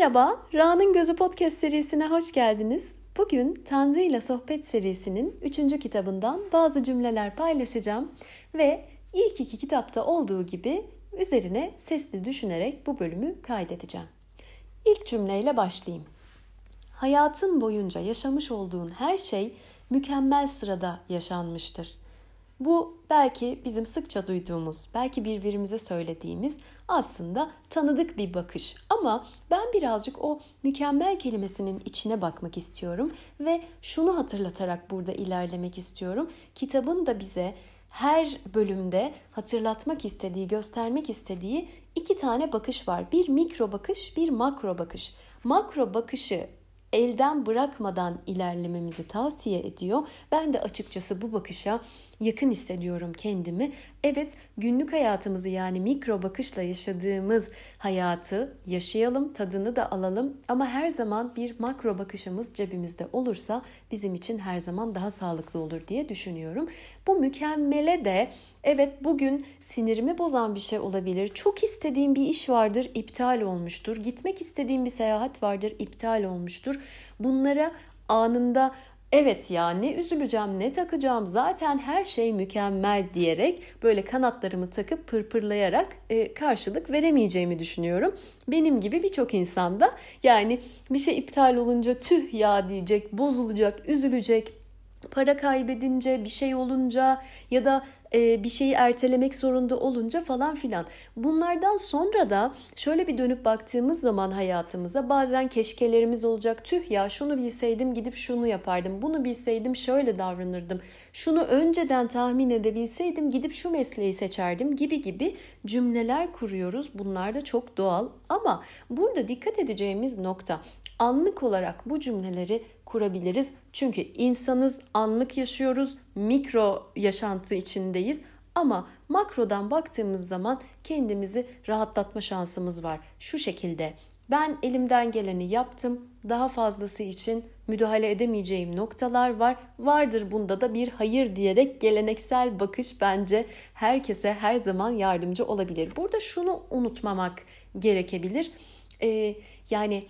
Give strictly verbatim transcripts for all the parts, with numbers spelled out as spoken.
Merhaba, Ra'nın Gözü Podcast serisine hoş geldiniz. Bugün Tanrı ile Sohbet serisinin üçüncü kitabından bazı cümleler paylaşacağım ve ilk iki kitapta olduğu gibi üzerine sesli düşünerek bu bölümü kaydedeceğim. İlk cümleyle başlayayım. Hayatın boyunca yaşamış olduğun her şey mükemmel sırada yaşanmıştır. Bu belki bizim sıkça duyduğumuz, belki birbirimize söylediğimiz aslında tanıdık bir bakış. Ama ben birazcık o mükemmel kelimesinin içine bakmak istiyorum ve şunu hatırlatarak burada ilerlemek istiyorum. Kitabın da bize her bölümde hatırlatmak istediği, göstermek istediği iki tane bakış var. Bir mikro bakış, bir makro bakış. Makro bakışı elden bırakmadan ilerlememizi tavsiye ediyor. Ben de açıkçası bu bakışa yakın hissediyorum kendimi. Evet, günlük hayatımızı yani mikro bakışla yaşadığımız hayatı yaşayalım, tadını da alalım. Ama her zaman bir makro bakışımız cebimizde olursa bizim için her zaman daha sağlıklı olur diye düşünüyorum. Bu mükemmele de evet bugün sinirimi bozan bir şey olabilir. Çok istediğim bir iş vardır, iptal olmuştur. Gitmek istediğim bir seyahat vardır, iptal olmuştur. Bunlara anında evet ya ne üzüleceğim ne takacağım zaten her şey mükemmel diyerek böyle kanatlarımı takıp pırpırlayarak e, karşılık veremeyeceğimi düşünüyorum. Benim gibi birçok insanda yani bir şey iptal olunca tüh ya diyecek, bozulacak, üzülecek. Para kaybedince, bir şey olunca ya da bir şeyi ertelemek zorunda olunca falan filan. Bunlardan sonra da şöyle bir dönüp baktığımız zaman hayatımıza bazen keşkelerimiz olacak. Tüh ya şunu bilseydim gidip şunu yapardım. Bunu bilseydim şöyle davranırdım. Şunu önceden tahmin edebilseydim gidip şu mesleği seçerdim gibi gibi cümleler kuruyoruz. Bunlar da çok doğal ama burada dikkat edeceğimiz nokta anlık olarak bu cümleleri kurabiliriz. Çünkü insanız, anlık yaşıyoruz, mikro yaşantı içindeyiz. Ama makrodan baktığımız zaman kendimizi rahatlatma şansımız var. Şu şekilde, ben elimden geleni yaptım, daha fazlası için müdahale edemeyeceğim noktalar var. Vardır bunda da bir hayır diyerek geleneksel bakış bence herkese her zaman yardımcı olabilir. Burada şunu unutmamak gerekebilir. Ee, yani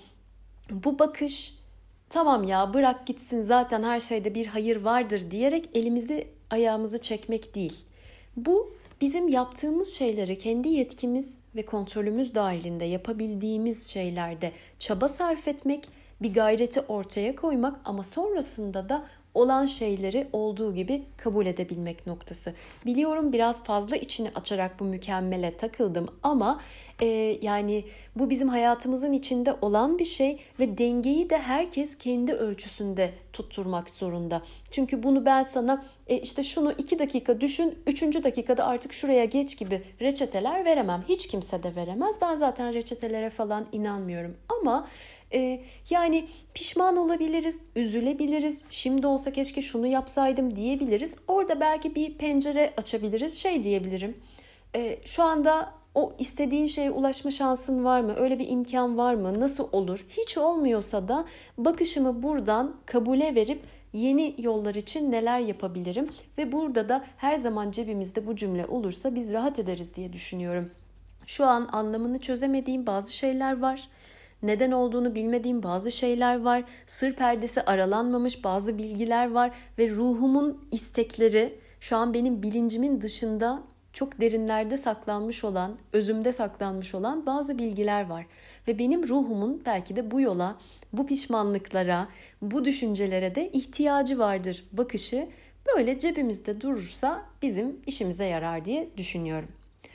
bu bakış tamam ya bırak gitsin zaten her şeyde bir hayır vardır diyerek elimizi ayağımızı çekmek değil. Bu bizim yaptığımız şeyleri kendi yetkimiz ve kontrolümüz dahilinde yapabildiğimiz şeylerde çaba sarf etmek, bir gayreti ortaya koymak ama sonrasında da olan şeyleri olduğu gibi kabul edebilmek noktası. Biliyorum biraz fazla içini açarak bu mükemmele takıldım ama e, yani bu bizim hayatımızın içinde olan bir şey ve dengeyi de herkes kendi ölçüsünde tutturmak zorunda. Çünkü bunu ben sana e, işte şunu iki dakika düşün, üçüncü dakikada artık şuraya geç gibi reçeteler veremem. Hiç kimse de veremez. Ben zaten reçetelere falan inanmıyorum ama Ee, yani pişman olabiliriz, üzülebiliriz, şimdi olsa keşke şunu yapsaydım diyebiliriz. Orada belki bir pencere açabiliriz, şey diyebilirim. Ee, şu anda o istediğin şeye ulaşma şansın var mı? Öyle bir imkan var mı? Nasıl olur? Hiç olmuyorsa da bakışımı buradan kabule verip yeni yollar için neler yapabilirim? Ve burada da her zaman cebimizde bu cümle olursa biz rahat ederiz diye düşünüyorum. Şu an anlamını çözemediğim bazı şeyler var. Neden olduğunu bilmediğim bazı şeyler var. Sır perdesi aralanmamış bazı bilgiler var ve ruhumun istekleri şu an benim bilincimin dışında çok derinlerde saklanmış olan, özümde saklanmış olan bazı bilgiler var. Ve benim ruhumun belki de bu yola, bu pişmanlıklara, bu düşüncelere de ihtiyacı vardır bakışı böyle cebimizde durursa bizim işimize yarar diye düşünüyorum.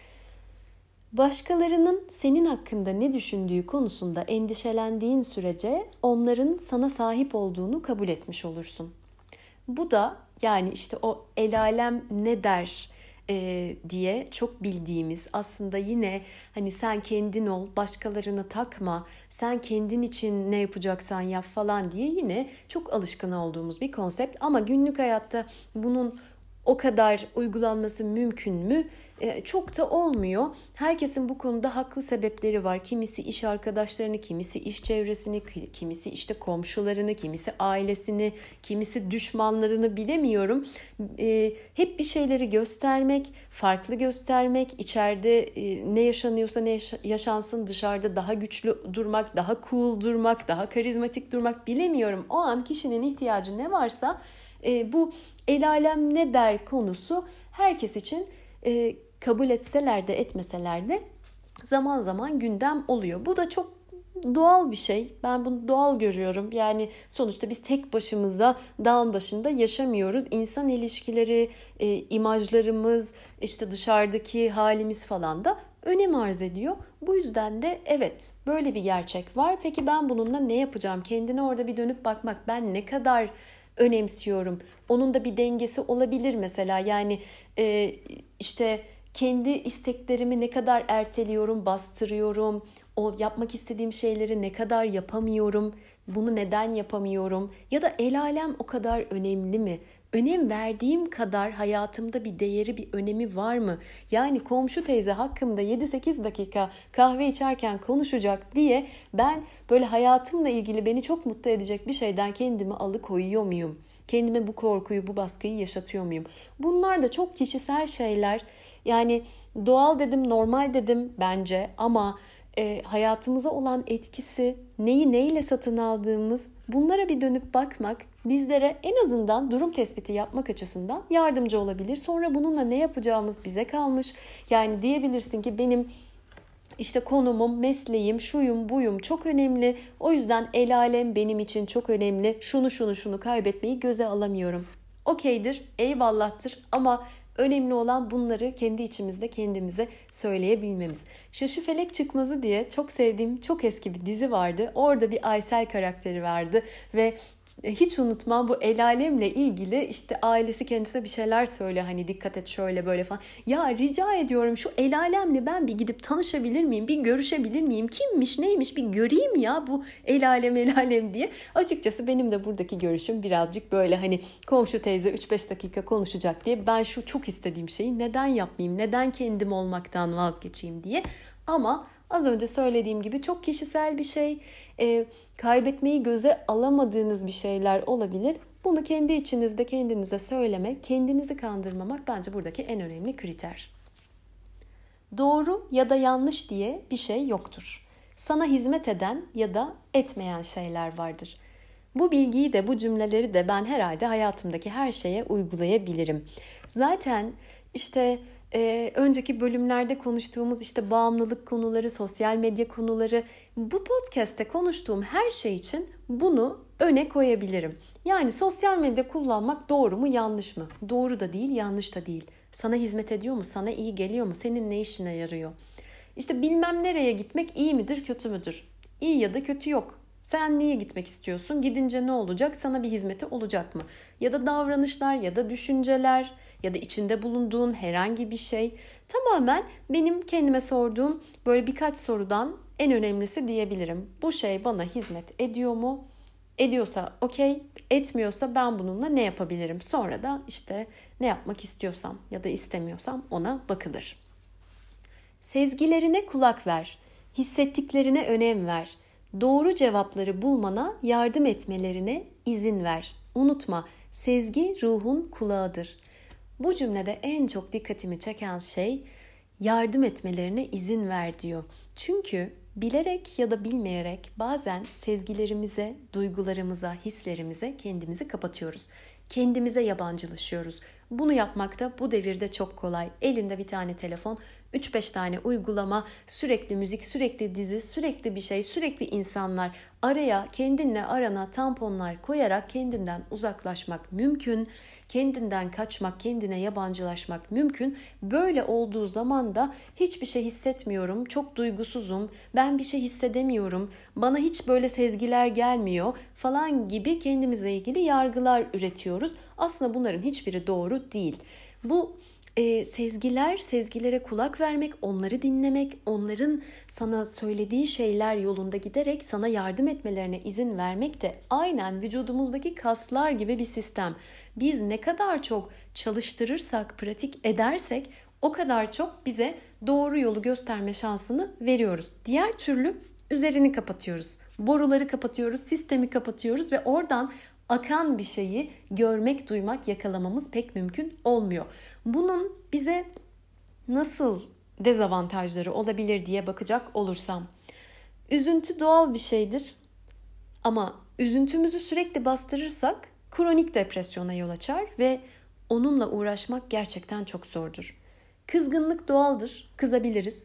Başkalarının senin hakkında ne düşündüğü konusunda endişelendiğin sürece onların sana sahip olduğunu kabul etmiş olursun. Bu da yani işte o el alem ne der e, diye çok bildiğimiz aslında yine hani sen kendin ol, başkalarını takma, sen kendin için ne yapacaksan yap falan diye yine çok alışkın olduğumuz bir konsept. Ama günlük hayatta bunun o kadar uygulanması mümkün mü? E, çok da olmuyor. Herkesin bu konuda haklı sebepleri var. Kimisi iş arkadaşlarını, kimisi iş çevresini, kimisi işte komşularını, kimisi ailesini, kimisi düşmanlarını bilemiyorum. E, hep bir şeyleri göstermek, farklı göstermek, içeride e, ne yaşanıyorsa ne yaşansın, dışarıda daha güçlü durmak, daha cool durmak, daha karizmatik durmak bilemiyorum. O an kişinin ihtiyacı ne varsa e, bu el alem ne der konusu herkes için e, kabul etseler de etmeseler de zaman zaman gündem oluyor. Bu da çok doğal bir şey. Ben bunu doğal görüyorum. Yani sonuçta biz tek başımızda dağın başında yaşamıyoruz. İnsan ilişkileri, e, imajlarımız, işte dışarıdaki halimiz falan da önem arz ediyor. Bu yüzden de evet, böyle bir gerçek var. Peki ben bununla ne yapacağım? Kendine orada bir dönüp bakmak. Ben ne kadar önemsiyorum? Onun da bir dengesi olabilir mesela. Yani e, işte kendi isteklerimi ne kadar erteliyorum, bastırıyorum. O yapmak istediğim şeyleri ne kadar yapamıyorum? Bunu neden yapamıyorum? Ya da el alem o kadar önemli mi? Önem verdiğim kadar hayatımda bir değeri, bir önemi var mı? Yani komşu teyze hakkında yedi sekiz dakika kahve içerken konuşacak diye ben böyle hayatımla ilgili beni çok mutlu edecek bir şeyden kendimi alıkoyuyor muyum? Kendime bu korkuyu, bu baskıyı yaşatıyor muyum? Bunlar da çok kişisel şeyler. Yani doğal dedim, normal dedim bence ama e, hayatımıza olan etkisi, neyi neyle satın aldığımız, bunlara bir dönüp bakmak bizlere en azından durum tespiti yapmak açısından yardımcı olabilir. Sonra bununla ne yapacağımız bize kalmış. Yani diyebilirsin ki benim işte konumum, mesleğim, şuyum, buyum çok önemli. O yüzden el alem benim için çok önemli. Şunu şunu şunu kaybetmeyi göze alamıyorum. Okeydir, eyvallahtır ama önemli olan bunları kendi içimizde kendimize söyleyebilmemiz. Şaşıfelek Çıkmazı diye çok sevdiğim çok eski bir dizi vardı. Orada bir Aysel karakteri vardı ve hiç unutmam, bu el alemle ilgili işte ailesi kendisine bir şeyler söyle, hani dikkat et şöyle böyle falan. Ya rica ediyorum, şu el alemle ben bir gidip tanışabilir miyim? Bir görüşebilir miyim? Kimmiş neymiş bir göreyim ya bu el alem el alem diye. Açıkçası benim de buradaki görüşüm birazcık böyle, hani komşu teyze üç beş dakika konuşacak diye ben şu çok istediğim şeyi neden yapmayayım? Neden kendim olmaktan vazgeçeyim diye. Ama az önce söylediğim gibi çok kişisel bir şey. E, kaybetmeyi göze alamadığınız bir şeyler olabilir. Bunu kendi içinizde kendinize söylemek, kendinizi kandırmamak bence buradaki en önemli kriter. Doğru ya da yanlış diye bir şey yoktur. Sana hizmet eden ya da etmeyen şeyler vardır. Bu bilgiyi de, bu cümleleri de ben herhalde hayatımdaki her şeye uygulayabilirim. Zaten işte Ee, önceki bölümlerde konuştuğumuz işte bağımlılık konuları, sosyal medya konuları, bu podcast'te konuştuğum her şey için bunu öne koyabilirim. Yani sosyal medya kullanmak doğru mu, yanlış mı? Doğru da değil, yanlış da değil. Sana hizmet ediyor mu? Sana iyi geliyor mu? Senin ne işine yarıyor? İşte bilmem nereye gitmek iyi midir, kötü müdür? İyi ya da kötü yok. Sen niye gitmek istiyorsun? Gidince ne olacak? Sana bir hizmeti olacak mı? Ya da davranışlar ya da düşünceler ya da içinde bulunduğun herhangi bir şey. Tamamen benim kendime sorduğum böyle birkaç sorudan en önemlisi diyebilirim. Bu şey bana hizmet ediyor mu? Ediyorsa okey, etmiyorsa ben bununla ne yapabilirim? Sonra da işte ne yapmak istiyorsam ya da istemiyorsam ona bakılır. Sezgilerine kulak ver. Hissettiklerine önem ver. Doğru cevapları bulmana yardım etmelerine izin ver. Unutma, sezgi ruhun kulağıdır. Bu cümlede en çok dikkatimi çeken şey yardım etmelerine izin ver diyor. Çünkü bilerek ya da bilmeyerek bazen sezgilerimize, duygularımıza, hislerimize kendimizi kapatıyoruz. Kendimize yabancılaşıyoruz. Bunu yapmak da bu devirde çok kolay. Elinde bir tane telefon, üç beş tane uygulama, sürekli müzik, sürekli dizi, sürekli bir şey, sürekli insanlar. Araya kendinle arana tamponlar koyarak kendinden uzaklaşmak mümkün. Kendinden kaçmak, kendine yabancılaşmak mümkün. Böyle olduğu zaman da hiçbir şey hissetmiyorum, çok duygusuzum, ben bir şey hissedemiyorum, bana hiç böyle sezgiler gelmiyor falan gibi kendimizle ilgili yargılar üretiyoruz. Aslında bunların hiçbiri doğru değil. Bu e, sezgiler, sezgilere kulak vermek, onları dinlemek, onların sana söylediği şeyler yolunda giderek sana yardım etmelerine izin vermek de aynen vücudumuzdaki kaslar gibi bir sistem. Biz ne kadar çok çalıştırırsak, pratik edersek o kadar çok bize doğru yolu gösterme şansını veriyoruz. Diğer türlü üzerini kapatıyoruz. Boruları kapatıyoruz, sistemi kapatıyoruz ve oradan akan bir şeyi görmek, duymak, yakalamamız pek mümkün olmuyor. Bunun bize nasıl dezavantajları olabilir diye bakacak olursam. Üzüntü doğal bir şeydir ama üzüntümüzü sürekli bastırırsak kronik depresyona yol açar ve onunla uğraşmak gerçekten çok zordur. Kızgınlık doğaldır, kızabiliriz.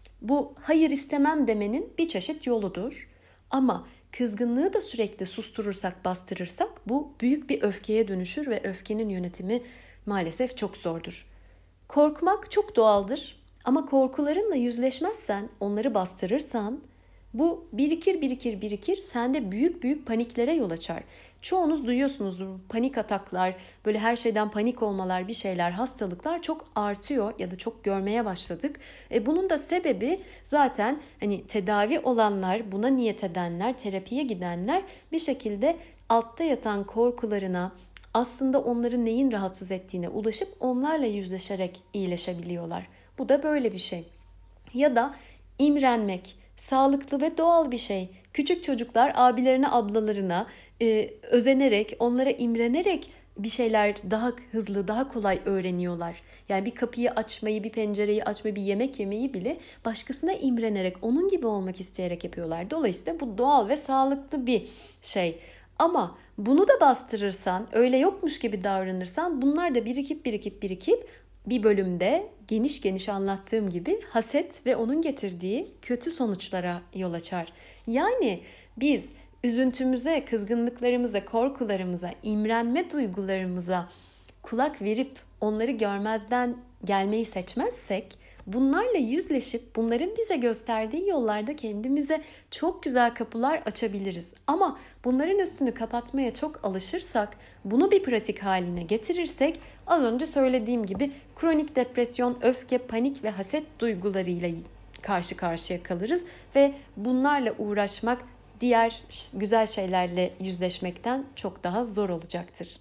Bu hayır istemem demenin bir çeşit yoludur. Ama kızgınlığı da sürekli susturursak, bastırırsak bu büyük bir öfkeye dönüşür ve öfkenin yönetimi maalesef çok zordur. Korkmak çok doğaldır ama korkularınla yüzleşmezsen, onları bastırırsan bu birikir birikir birikir sende büyük büyük paniklere yol açar. Çoğunuz duyuyorsunuzdur, panik ataklar, böyle her şeyden panik olmalar, bir şeyler, hastalıklar çok artıyor ya da çok görmeye başladık. E bunun da sebebi zaten hani tedavi olanlar, buna niyet edenler, terapiye gidenler bir şekilde altta yatan korkularına, aslında onları neyin rahatsız ettiğine ulaşıp onlarla yüzleşerek iyileşebiliyorlar. Bu da böyle bir şey. Ya da imrenmek, sağlıklı ve doğal bir şey. Küçük çocuklar abilerine, ablalarına e, özenerek, onlara imrenerek bir şeyler daha hızlı, daha kolay öğreniyorlar. Yani bir kapıyı açmayı, bir pencereyi açmayı, bir yemek yemeyi bile başkasına imrenerek, onun gibi olmak isteyerek yapıyorlar. Dolayısıyla bu doğal ve sağlıklı bir şey. Ama bunu da bastırırsan, öyle yokmuş gibi davranırsan bunlar da birikip birikip birikip bir bölümde geniş geniş anlattığım gibi haset ve onun getirdiği kötü sonuçlara yol açar. Yani biz üzüntümüze, kızgınlıklarımıza, korkularımıza, imrenme duygularımıza kulak verip onları görmezden gelmeyi seçmezsek, bunlarla yüzleşip bunların bize gösterdiği yollarda kendimize çok güzel kapılar açabiliriz. Ama bunların üstünü kapatmaya çok alışırsak, bunu bir pratik haline getirirsek az önce söylediğim gibi kronik depresyon, öfke, panik ve haset duygularıyla karşı karşıya kalırız ve bunlarla uğraşmak diğer güzel şeylerle yüzleşmekten çok daha zor olacaktır.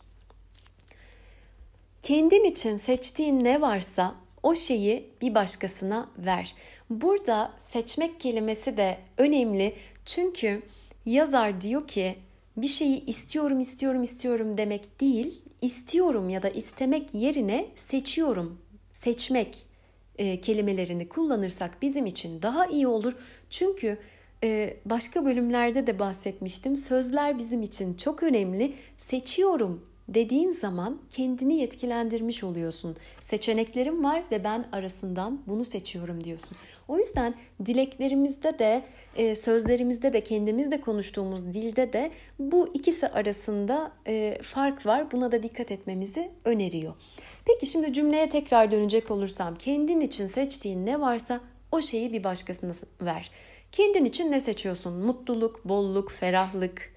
Kendin için seçtiğin ne varsa o şeyi bir başkasına ver. Burada seçmek kelimesi de önemli. Çünkü yazar diyor ki bir şeyi istiyorum, istiyorum, istiyorum demek değil, istiyorum ya da istemek yerine seçiyorum, seçmek e, kelimelerini kullanırsak bizim için daha iyi olur. Çünkü e, başka bölümlerde de bahsetmiştim. Sözler bizim için çok önemli. Seçiyorum dediğin zaman kendini yetkilendirmiş oluyorsun. Seçeneklerim var ve ben arasından bunu seçiyorum diyorsun. O yüzden dileklerimizde de, sözlerimizde de, kendimizle konuştuğumuz dilde de bu ikisi arasında fark var. Buna da dikkat etmemizi öneriyor. Peki şimdi cümleye tekrar dönecek olursam, kendin için seçtiğin ne varsa o şeyi bir başkasına ver. Kendin için ne seçiyorsun? Mutluluk, bolluk, ferahlık,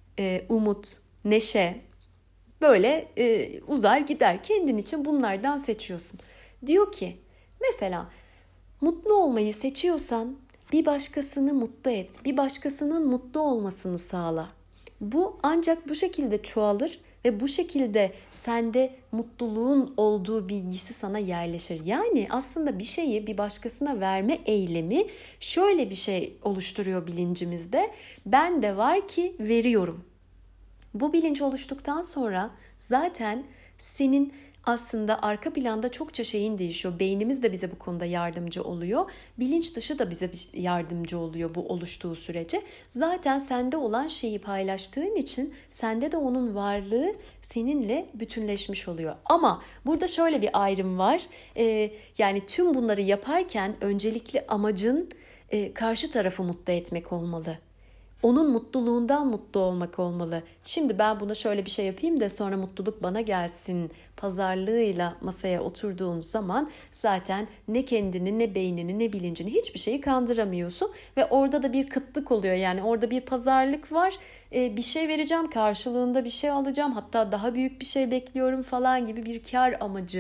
umut, neşe. Böyle e, uzar gider. Kendin için bunlardan seçiyorsun. Diyor ki mesela mutlu olmayı seçiyorsan bir başkasını mutlu et. Bir başkasının mutlu olmasını sağla. Bu ancak bu şekilde çoğalır ve bu şekilde sende mutluluğun olduğu bilgisi sana yerleşir. Yani aslında bir şeyi bir başkasına verme eylemi şöyle bir şey oluşturuyor bilincimizde. Ben de var ki veriyorum. Bu bilinç oluştuktan sonra zaten senin aslında arka planda çokça şeyin değişiyor. Beynimiz de bize bu konuda yardımcı oluyor. Bilinç dışı da bize yardımcı oluyor bu oluştuğu sürece. Zaten sende olan şeyi paylaştığın için sende de onun varlığı seninle bütünleşmiş oluyor. Ama burada şöyle bir ayrım var. Ee, yani tüm bunları yaparken öncelikli amacın e, karşı tarafı mutlu etmek olmalı. Onun mutluluğundan mutlu olmak olmalı. Şimdi ben buna şöyle bir şey yapayım da sonra mutluluk bana gelsin pazarlığıyla masaya oturduğun zaman zaten ne kendini, ne beynini, ne bilincini, hiçbir şeyi kandıramıyorsun. Ve orada da bir kıtlık oluyor. Yani orada bir pazarlık var. Ee, bir şey vereceğim, karşılığında bir şey alacağım. Hatta daha büyük bir şey bekliyorum falan gibi bir kar amacı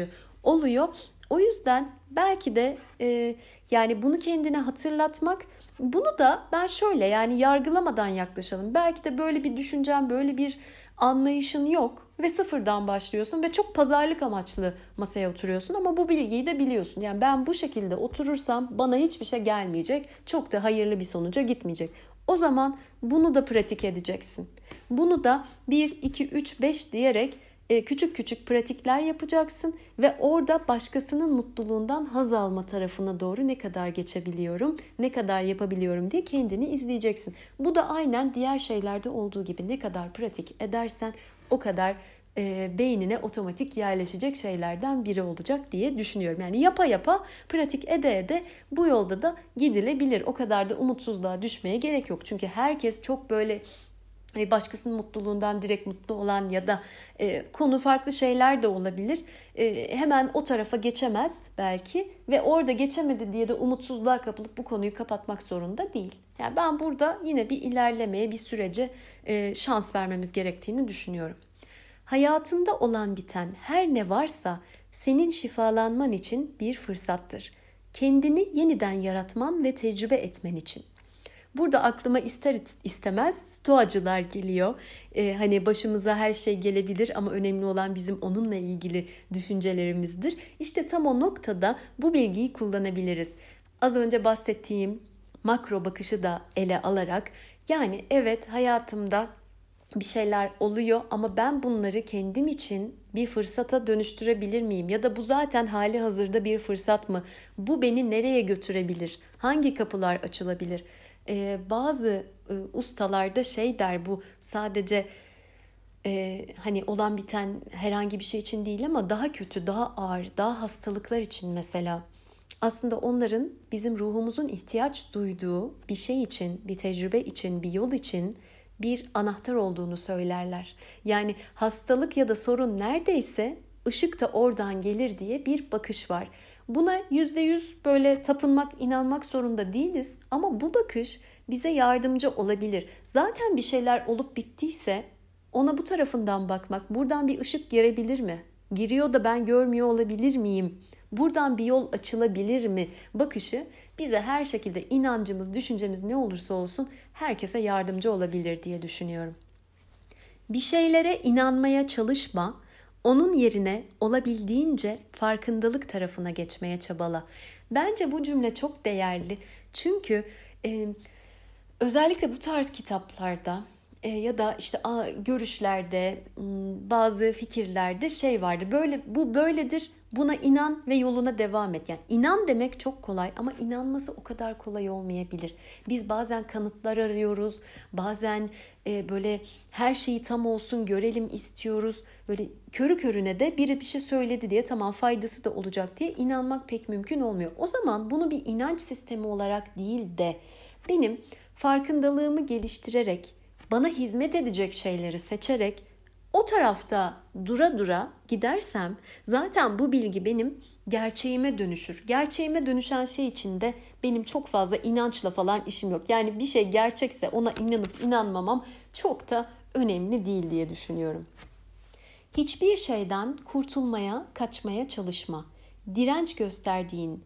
oluyor. O yüzden belki de e, yani bunu kendine hatırlatmak, bunu da ben şöyle yani yargılamadan yaklaşalım. Belki de böyle bir düşüncen, böyle bir anlayışın yok ve sıfırdan başlıyorsun ve çok pazarlık amaçlı masaya oturuyorsun ama bu bilgiyi de biliyorsun. Yani ben bu şekilde oturursam bana hiçbir şey gelmeyecek, çok da hayırlı bir sonuca gitmeyecek. O zaman bunu da pratik edeceksin. Bunu da bir, iki, üç, beş diyerek küçük küçük pratikler yapacaksın ve orada başkasının mutluluğundan haz alma tarafına doğru ne kadar geçebiliyorum, ne kadar yapabiliyorum diye kendini izleyeceksin. Bu da aynen diğer şeylerde olduğu gibi ne kadar pratik edersen o kadar e, beynine otomatik yerleşecek şeylerden biri olacak diye düşünüyorum. Yani yapa yapa, pratik ede ede bu yolda da gidilebilir. O kadar da umutsuzluğa düşmeye gerek yok. Çünkü herkes çok böyle başkasının mutluluğundan direkt mutlu olan ya da e, konu farklı şeyler de olabilir. E, hemen o tarafa geçemez belki ve orada geçemedi diye de umutsuzluğa kapılıp bu konuyu kapatmak zorunda değil. Yani ben burada yine bir ilerlemeye, bir sürece e, şans vermemiz gerektiğini düşünüyorum. Hayatında olan biten her ne varsa senin şifalanman için bir fırsattır. Kendini yeniden yaratman ve tecrübe etmen için. Burada aklıma ister istemez stoacılar geliyor. Ee, hani başımıza her şey gelebilir ama önemli olan bizim onunla ilgili düşüncelerimizdir. İşte tam o noktada bu bilgiyi kullanabiliriz. Az önce bahsettiğim makro bakışı da ele alarak, yani evet hayatımda bir şeyler oluyor ama ben bunları kendim için bir fırsata dönüştürebilir miyim? Ya da bu zaten hali hazırda bir fırsat mı? Bu beni nereye götürebilir? Hangi kapılar açılabilir? Ee, bazı e, ustalarda şey der, bu sadece e, hani olan biten herhangi bir şey için değil ama daha kötü, daha ağır, daha hastalıklar için mesela. Aslında onların bizim ruhumuzun ihtiyaç duyduğu bir şey için, bir tecrübe için, bir yol için bir anahtar olduğunu söylerler. Yani hastalık ya da sorun neredeyse ışık da oradan gelir diye bir bakış var. Buna yüzde yüz böyle tapınmak, inanmak zorunda değiliz ama bu bakış bize yardımcı olabilir. Zaten bir şeyler olup bittiyse ona bu tarafından bakmak, buradan bir ışık girebilir mi? Giriyor da ben görmüyor olabilir miyim? Buradan bir yol açılabilir mi? Bakışı bize her şekilde inancımız, düşüncemiz ne olursa olsun herkese yardımcı olabilir diye düşünüyorum. Bir şeylere inanmaya çalışma, onun yerine olabildiğince farkındalık tarafına geçmeye çabala. Bence bu cümle çok değerli. Çünkü e, özellikle bu tarz kitaplarda e, ya da işte a, görüşlerde, bazı fikirlerde şey vardır. Böyle bu böyledir. Buna inan ve yoluna devam et. Yani inan demek çok kolay ama inanması o kadar kolay olmayabilir. Biz bazen kanıtlar arıyoruz. Bazen e, böyle her şeyi tam olsun görelim istiyoruz. Böyle körü körüne de biri bir şey söyledi diye tamam faydası da olacak diye inanmak pek mümkün olmuyor. O zaman bunu bir inanç sistemi olarak değil de benim farkındalığımı geliştirerek, bana hizmet edecek şeyleri seçerek o tarafta dura dura gidersem zaten bu bilgi benim gerçeğime dönüşür. Gerçeğime dönüşen şey için de benim çok fazla inançla falan işim yok. Yani bir şey gerçekse ona inanıp inanmamam çok da önemli değil diye düşünüyorum. Hiçbir şeyden kurtulmaya, kaçmaya çalışma. Direnç gösterdiğin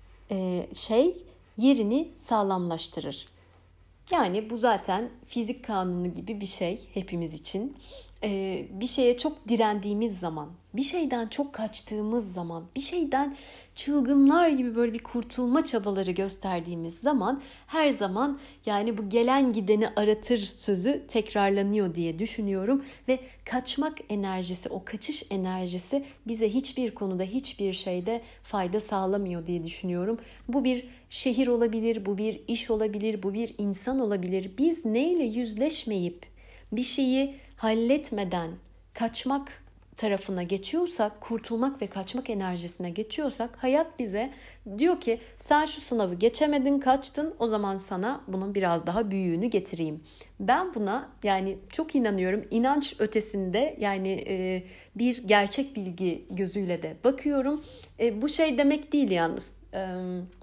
şey yerini sağlamlaştırır. Yani bu zaten fizik kanunu gibi bir şey hepimiz için. Ee, bir şeye çok direndiğimiz zaman, bir şeyden çok kaçtığımız zaman, bir şeyden çılgınlar gibi böyle bir kurtulma çabaları gösterdiğimiz zaman her zaman yani bu gelen gideni aratır sözü tekrarlanıyor diye düşünüyorum. Ve kaçmak enerjisi, o kaçış enerjisi bize hiçbir konuda, hiçbir şeyde fayda sağlamıyor diye düşünüyorum. Bu bir şehir olabilir, bu bir iş olabilir, bu bir insan olabilir. Biz neyle yüzleşmeyip bir şeyi halletmeden kaçmak tarafına geçiyorsak, kurtulmak ve kaçmak enerjisine geçiyorsak hayat bize diyor ki sen şu sınavı geçemedin, kaçtın, o zaman sana bunun biraz daha büyüğünü getireyim. Ben buna yani çok inanıyorum. İnanç ötesinde yani e, bir gerçek bilgi gözüyle de bakıyorum. E, bu şey demek değil yalnız. E,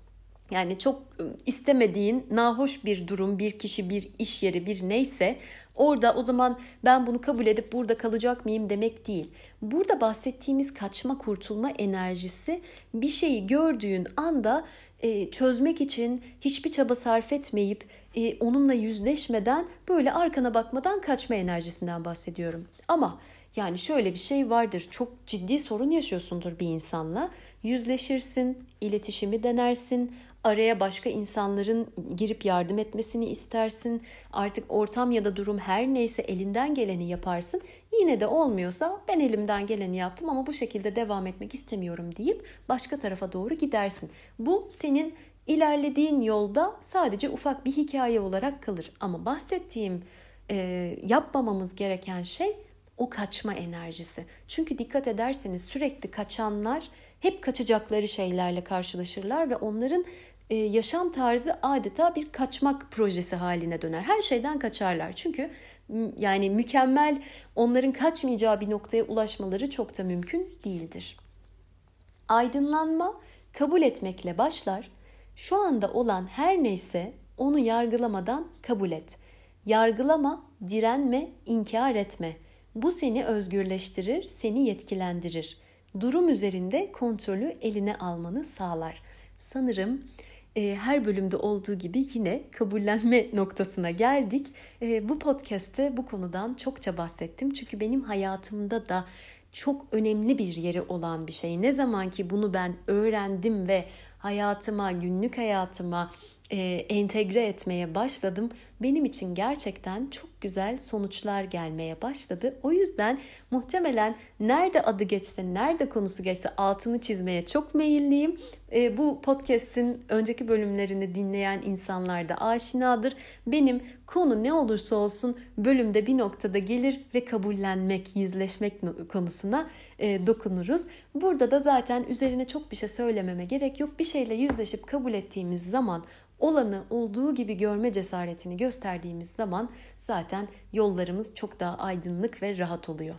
Yani çok istemediğin nahoş bir durum, bir kişi, bir iş yeri, bir neyse Orada o zaman ben bunu kabul edip burada kalacak mıyım demek değil. Burada bahsettiğimiz kaçma kurtulma enerjisi bir şeyi gördüğün anda e, çözmek için hiçbir çaba sarf etmeyip e, onunla yüzleşmeden böyle arkana bakmadan kaçma enerjisinden bahsediyorum. Ama yani şöyle bir şey vardır, çok ciddi sorun yaşıyorsundur bir insanla, yüzleşirsin, iletişimi denersin, araya başka insanların girip yardım etmesini istersin, artık ortam ya da durum her neyse elinden geleni yaparsın, yine de olmuyorsa ben elimden geleni yaptım ama bu şekilde devam etmek istemiyorum deyip başka tarafa doğru gidersin. Bu senin ilerlediğin yolda sadece ufak bir hikaye olarak kalır ama bahsettiğim e, yapmamamız gereken şey o kaçma enerjisi. Çünkü dikkat ederseniz sürekli kaçanlar hep kaçacakları şeylerle karşılaşırlar ve onların e, yaşam tarzı adeta bir kaçmak projesi haline döner. Her şeyden kaçarlar. Çünkü yani mükemmel, onların kaçmayacağı bir noktaya ulaşmaları çok da mümkün değildir. Aydınlanma kabul etmekle başlar. Şu anda olan her neyse onu yargılamadan kabul et. Yargılama, direnme, inkar etme. Bu seni özgürleştirir, seni yetkilendirir. Durum üzerinde kontrolü eline almanı sağlar. Sanırım e, her bölümde olduğu gibi yine kabullenme noktasına geldik. E, bu podcast'te bu konudan çokça bahsettim. Çünkü benim hayatımda da çok önemli bir yeri olan bir şey. Ne zaman ki bunu ben öğrendim ve hayatıma, günlük hayatıma e, entegre etmeye başladım, benim için gerçekten çok güzel sonuçlar gelmeye başladı. O yüzden muhtemelen nerede adı geçse, nerede konusu geçse altını çizmeye çok meyilliyim. E, bu podcast'in önceki bölümlerini dinleyen insanlar da aşinadır. Benim konu ne olursa olsun bölümde bir noktada gelir ve kabullenmek, yüzleşmek konusuna e, dokunuruz. Burada da zaten üzerine çok bir şey söylememe gerek yok. Bir şeyle yüzleşip kabul ettiğimiz zaman, olanı olduğu gibi görme cesaretini gösterdiğimiz zaman zaten yollarımız çok daha aydınlık ve rahat oluyor.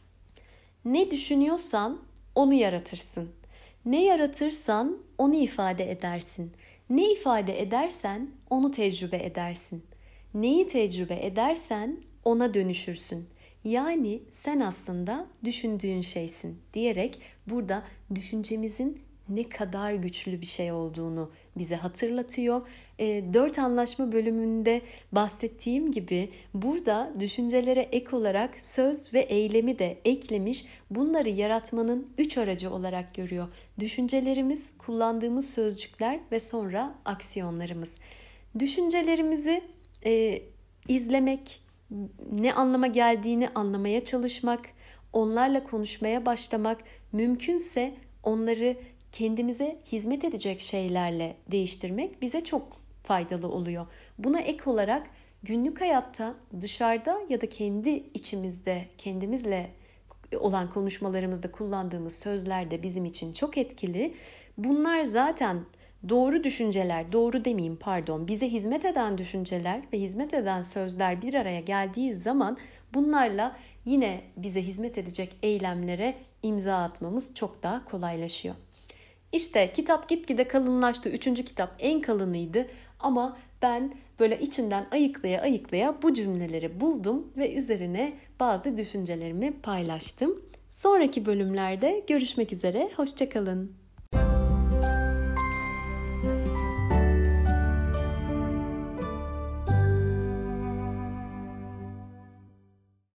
Ne düşünüyorsan onu yaratırsın. Ne yaratırsan onu ifade edersin. Ne ifade edersen onu tecrübe edersin. Neyi tecrübe edersen ona dönüşürsün. Yani sen aslında düşündüğün şeysin diyerek burada düşüncemizin ne kadar güçlü bir şey olduğunu bize hatırlatıyor. E, dört anlaşma bölümünde bahsettiğim gibi burada düşüncelere ek olarak söz ve eylemi de eklemiş, bunları yaratmanın üç aracı olarak görüyor. Düşüncelerimiz, kullandığımız sözcükler ve sonra aksiyonlarımız. Düşüncelerimizi e, izlemek, ne anlama geldiğini anlamaya çalışmak, onlarla konuşmaya başlamak, mümkünse onları kendimize hizmet edecek şeylerle değiştirmek bize çok faydalı oluyor. Buna ek olarak günlük hayatta, dışarıda ya da kendi içimizde, kendimizle olan konuşmalarımızda kullandığımız sözler de bizim için çok etkili. Bunlar zaten doğru düşünceler, doğru demeyeyim pardon, bize hizmet eden düşünceler ve hizmet eden sözler bir araya geldiği zaman bunlarla yine bize hizmet edecek eylemlere imza atmamız çok daha kolaylaşıyor. İşte kitap gitgide kalınlaştı. Üçüncü kitap en kalınıydı ama ben böyle içinden ayıklaya ayıklaya bu cümleleri buldum ve üzerine bazı düşüncelerimi paylaştım. Sonraki bölümlerde görüşmek üzere. Hoşça kalın.